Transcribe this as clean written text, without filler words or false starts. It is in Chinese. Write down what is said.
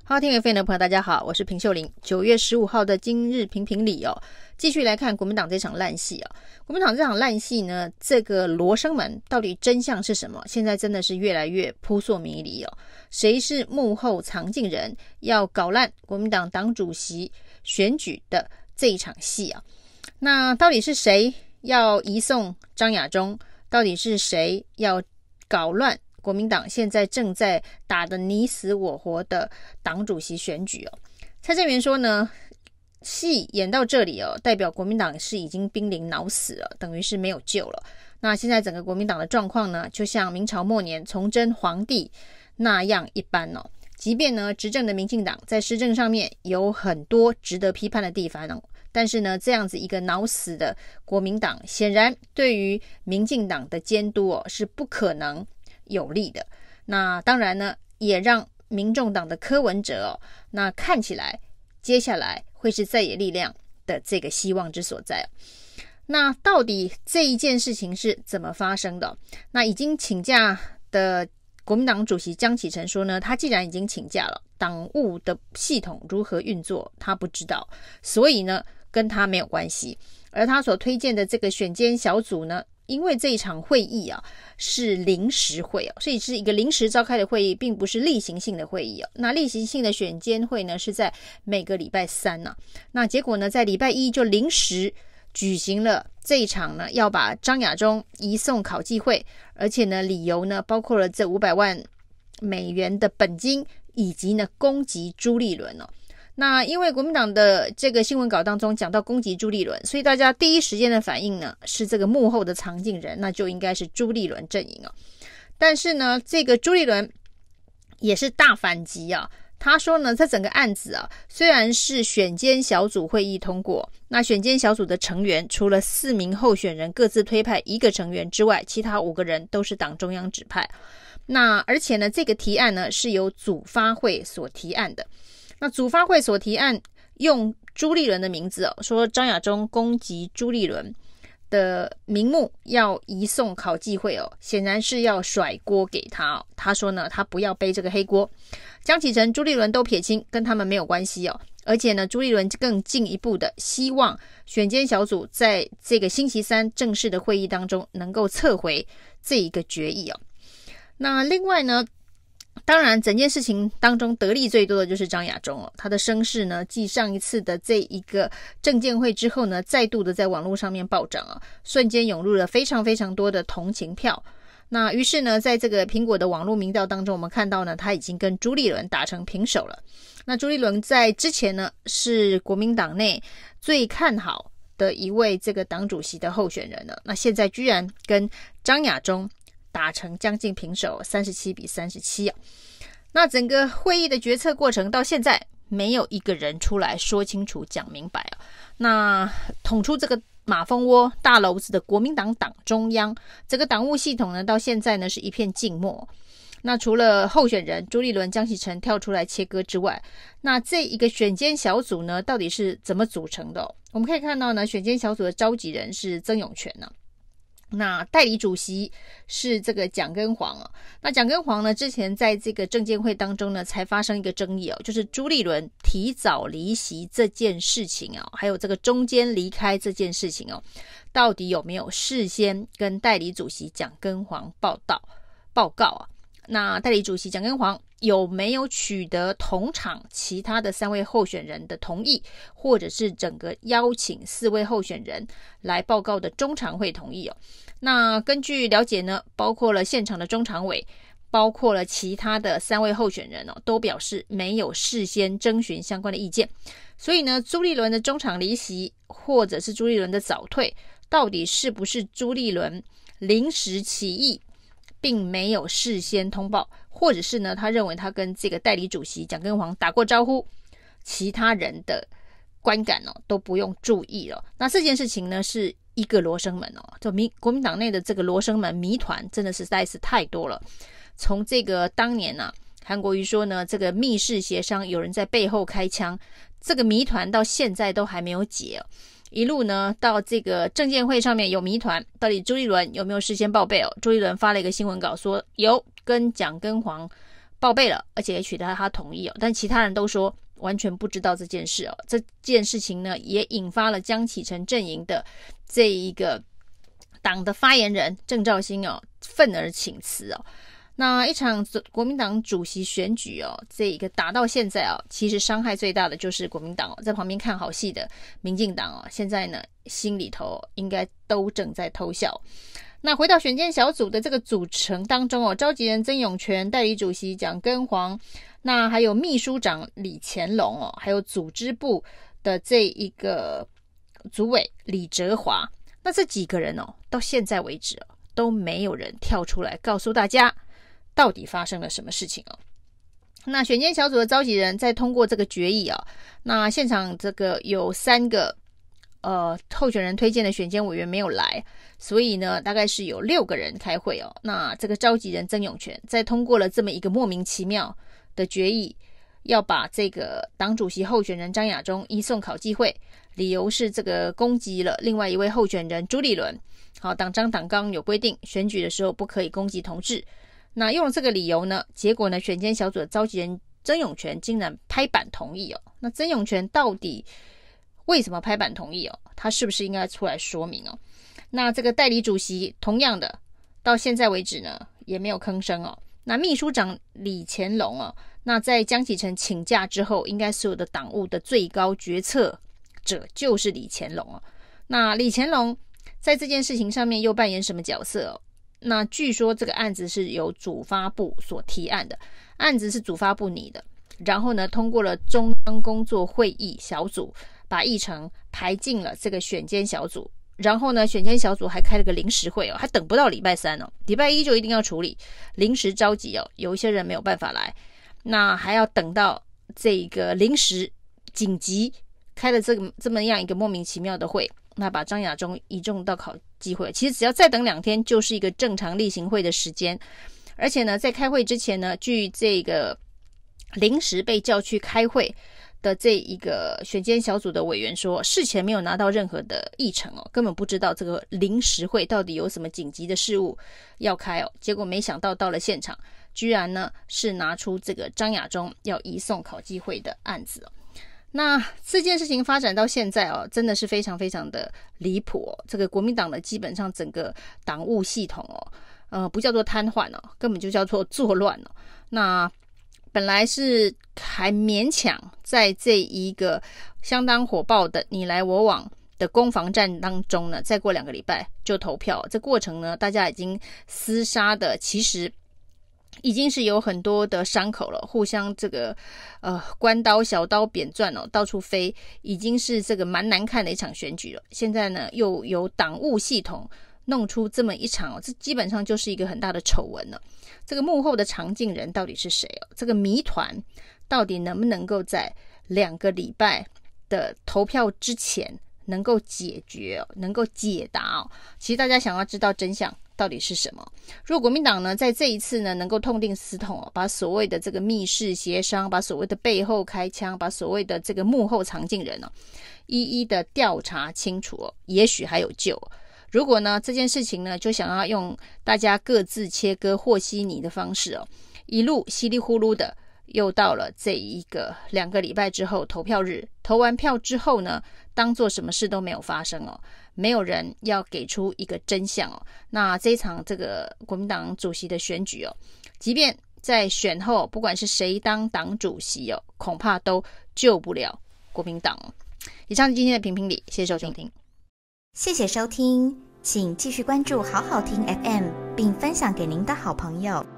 好，听 FM 的朋友大家好，我是平秀玲。9月15号的今日评评理继续来看国民党这场烂戏国民党这场烂戏呢，这个罗生门到底真相是什么？现在真的是越来越扑朔迷离谁是幕后藏镜人，要搞烂国民党党主席选举的这一场戏那到底是谁要移送张亚中？到底是谁要搞乱国民党现在正在打得你死我活的党主席选举蔡正元说呢，戏演到这里代表国民党是已经濒临脑死了，等于是没有救了。那现在整个国民党的状况呢，就像明朝末年崇祯皇帝那样一般即便呢执政的民进党在施政上面有很多值得批判的地方但是呢这样子一个脑死的国民党，显然对于民进党的监督是不可能有利的。那当然呢，也让民众党的柯文哲那看起来接下来会是在野力量的这个希望之所在那到底这一件事情是怎么发生的？那已经请假的国民党主席江启臣说呢，他既然已经请假了，党务的系统如何运作他不知道，所以呢跟他没有关系。而他所推荐的这个选监小组呢，因为这一场会议是临时会所以是一个临时召开的会议，并不是例行性的会议那例行性的选监会呢是在每个礼拜三那结果呢在礼拜一就临时举行了这一场呢，要把张亚中移送考纪会，而且呢理由呢包括了这500万美元的本金，以及呢攻击朱立伦那因为国民党的这个新闻稿当中讲到攻击朱立伦，所以大家第一时间的反应呢是这个幕后的藏镜人，那就应该是朱立伦阵营但是呢这个朱立伦也是大反击他说呢，这整个案子虽然是选监小组会议通过，那选监小组的成员除了4名候选人各自推派1个成员之外，其他5个人都是党中央指派。那而且呢，这个提案呢是由组发会所提案的。那组发会所提案用朱立伦的名字说张亚中攻击朱立伦的名目要移送考纪会显然是要甩锅给他他说呢，他不要背这个黑锅。江启臣、朱立伦都撇清，跟他们没有关系而且呢，朱立伦更进一步的希望选监小组在这个星期三正式的会议当中能够撤回这一个决议那另外呢，当然整件事情当中得利最多的就是张亚中他的声势呢继上一次的这一个政见会之后呢，再度的在网络上面暴涨瞬间涌入了非常非常多的同情票。那于是呢，在这个苹果的网络民调当中，我们看到呢，他已经跟朱立伦打成平手了。那朱立伦在之前呢，是国民党内最看好的一位这个党主席的候选人那现在居然跟张亚中打成将近平手，37-37那整个会议的决策过程到现在没有一个人出来说清楚讲明白那捅出这个马蜂窝大篓子的国民党党中央，整个党务系统呢到现在呢是一片静默。那除了候选人朱立伦、江启臣跳出来切割之外，那这一个选监小组呢到底是怎么组成的我们可以看到呢，选监小组的召集人是曾永权那代理主席是这个蒋根煌那蒋根煌呢之前在这个政见会当中呢才发生一个争议就是朱立伦提早离席这件事情还有这个中间离开这件事情到底有没有事先跟代理主席蒋根煌报告那代理主席蒋根煌有没有取得同场其他的3位候选人的同意，或者是整个邀请4位候选人来报告的中常会同意那根据了解呢，包括了现场的中常委，包括了其他的3位候选人都表示没有事先征询相关的意见。所以呢，朱立伦的中场离席或者是朱立伦的早退，到底是不是朱立伦临时起意并没有事先通报，或者是呢他认为他跟这个代理主席蒋根煌打过招呼，其他人的观感都不用注意了。那这件事情呢是一个罗生门就国民党内的这个罗生门谜团真的实在是太多了。从这个当年韩国瑜说呢，这个密室协商有人在背后开枪，这个谜团到现在都还没有解一路呢到这个政见会上面有谜团，到底朱立伦有没有事先报备朱立伦发了一个新闻稿说有跟蒋根煌报备了，而且也取得他同意但其他人都说完全不知道这件事这件事情呢，也引发了江启臣阵营的这一个党的发言人郑肇兴愤而请辞那一场国民党主席选举这一个打到现在其实伤害最大的就是国民党在旁边看好戏的民进党现在呢心里头应该都正在偷笑。那回到选监小组的这个组成当中召集人曾永权、代理主席蒋根煌，那还有秘书长李乾龙还有组织部的这一个主委李哲华，那这几个人到现在为止都没有人跳出来告诉大家到底发生了什么事情那选监小组的召集人在通过这个决议那现场这个有3个候选人推荐的选监委员没有来，所以呢大概是有6个人开会那这个召集人曾永权在通过了这么一个莫名其妙的决议，要把这个党主席候选人张亚中移送考纪会，理由是这个攻击了另外一位候选人朱立伦。好，党章党纲有规定，选举的时候不可以攻击同志。那用了这个理由呢，结果呢，选监小组的召集人曾永权竟然拍板同意那曾永权到底为什么拍板同意他是不是应该出来说明那这个代理主席同样的，到现在为止呢也没有吭声那秘书长李乾龙那在江启臣请假之后，应该所有的党务的最高决策者就是李乾龙那李乾龙在这件事情上面又扮演什么角色那据说这个案子是由主发部所提案的，案子是主发部拟的，然后呢通过了中央工作会议小组，把议程排进了这个选监小组，然后呢选监小组还开了个临时会还等不到礼拜3礼拜1就一定要处理，临时召集有一些人没有办法来，那还要等到这个临时紧急开了这么样一个莫名其妙的会，那把张亚中移送到考纪会，其实只要再等2天就是一个正常例行会的时间。而且呢在开会之前呢，据这个临时被叫去开会的这一个选监小组的委员说，事前没有拿到任何的议程根本不知道这个临时会到底有什么紧急的事务要开结果没想到到了现场，居然呢是拿出这个张亚中要移送考纪会的案子那这件事情发展到现在真的是非常非常的离谱这个国民党的基本上整个党务系统不叫做瘫痪根本就叫做作乱那本来是还勉强在这一个相当火爆的你来我往的攻防战当中呢，再过2个礼拜就投票，这过程呢大家已经厮杀的其实已经是有很多的伤口了，互相这个关刀小刀扁钻到处飞，已经是这个蛮难看的一场选举了。现在呢又有党务系统弄出这么一场这基本上就是一个很大的丑闻了。这个幕后的常进人到底是谁这个谜团到底能不能够在2个礼拜的投票之前能够解决能够解答其实大家想要知道真相到底是什么。如果国民党呢在这一次呢能够痛定思痛把所谓的这个密室协商，把所谓的背后开枪，把所谓的这个幕后藏进人一一的调查清楚也许还有救。如果呢这件事情呢就想要用大家各自切割和稀泥的方式一路稀里呼噜的又到了这一个2个礼拜之后投票日，投完票之后呢当做什么事都没有发生没有人要给出一个真相那这一场这个国民党主席的选举即便在选后不管是谁当党主席恐怕都救不了国民党以上是今天的评评理，谢谢收听。 谢谢收听，请继续关注好好听 FM 并分享给您的好朋友。